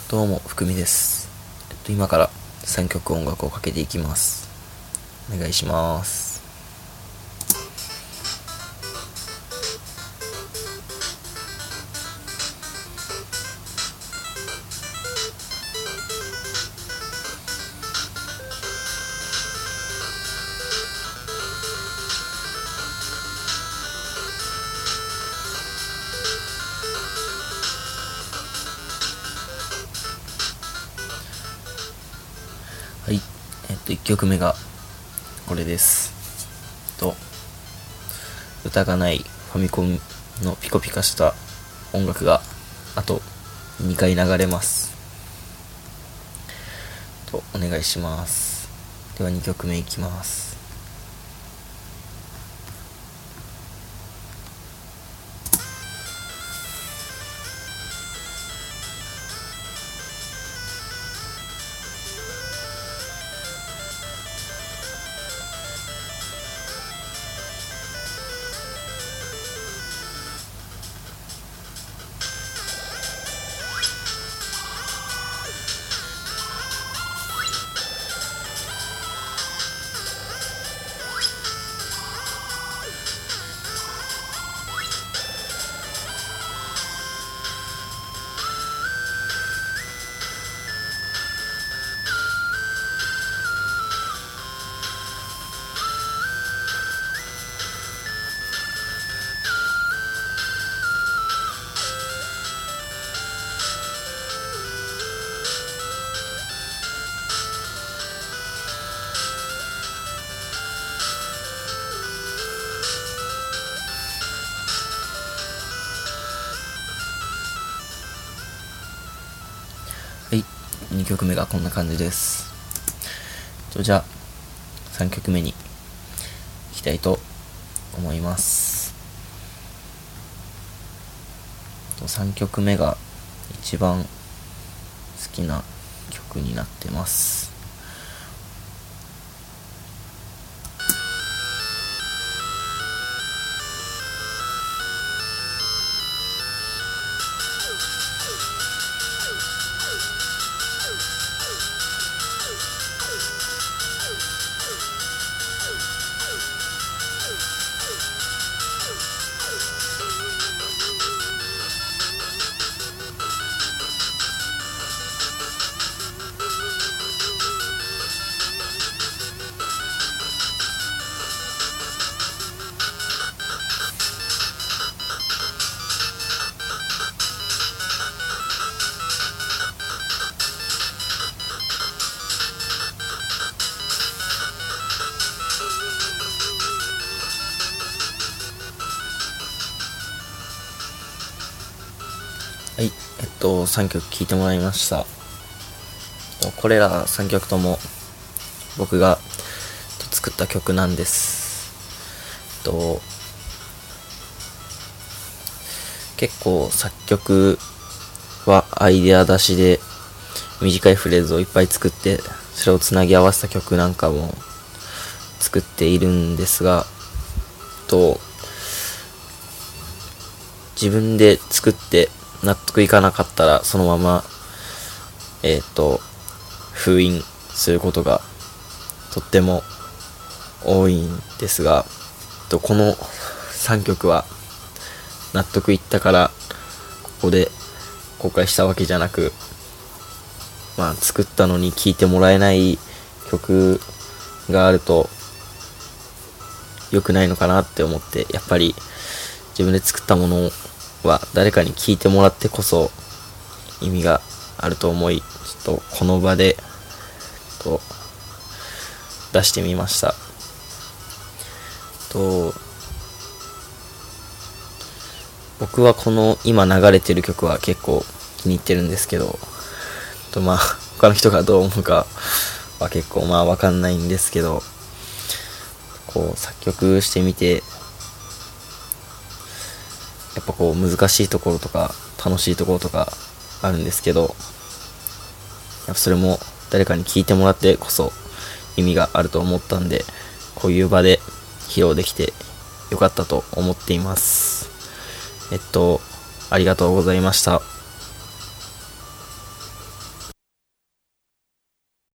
どうも、ふくみです。今から3曲音楽をかけていきます。お願いします。はい。1曲目がこれです。歌がないファミコンのピコピカした音楽があと2回流れます。お願いします。では2曲目いきます。はい。2曲目がこんな感じです。じゃあ3曲目に行きたいと思います。3曲目が一番好きな曲になってます。はい。3曲聴いてもらいました。これら3曲とも僕が作った曲なんです。結構作曲はアイデア出しで短いフレーズをいっぱい作って、それをつなぎ合わせた曲なんかも作っているんですが、自分で作って納得いかなかったらそのまま封印することがとっても多いんですが、この3曲は納得いったからここで公開したわけじゃなく、作ったのに聴いてもらえない曲があると良くないのかなって思って、やっぱり自分で作ったものは誰かに聴いてもらってこそ意味があると思い、この場で出してみました。僕はこの今流れてる曲は結構気に入ってるんですけど、他の人がどう思うかは結構わかんないんですけど、作曲してみてやっぱ難しいところとか楽しいところとかあるんですけど、やっぱそれも誰かに聞いてもらってこそ意味があると思ったんで、こういう場で披露できてよかったと思っています。ありがとうございました。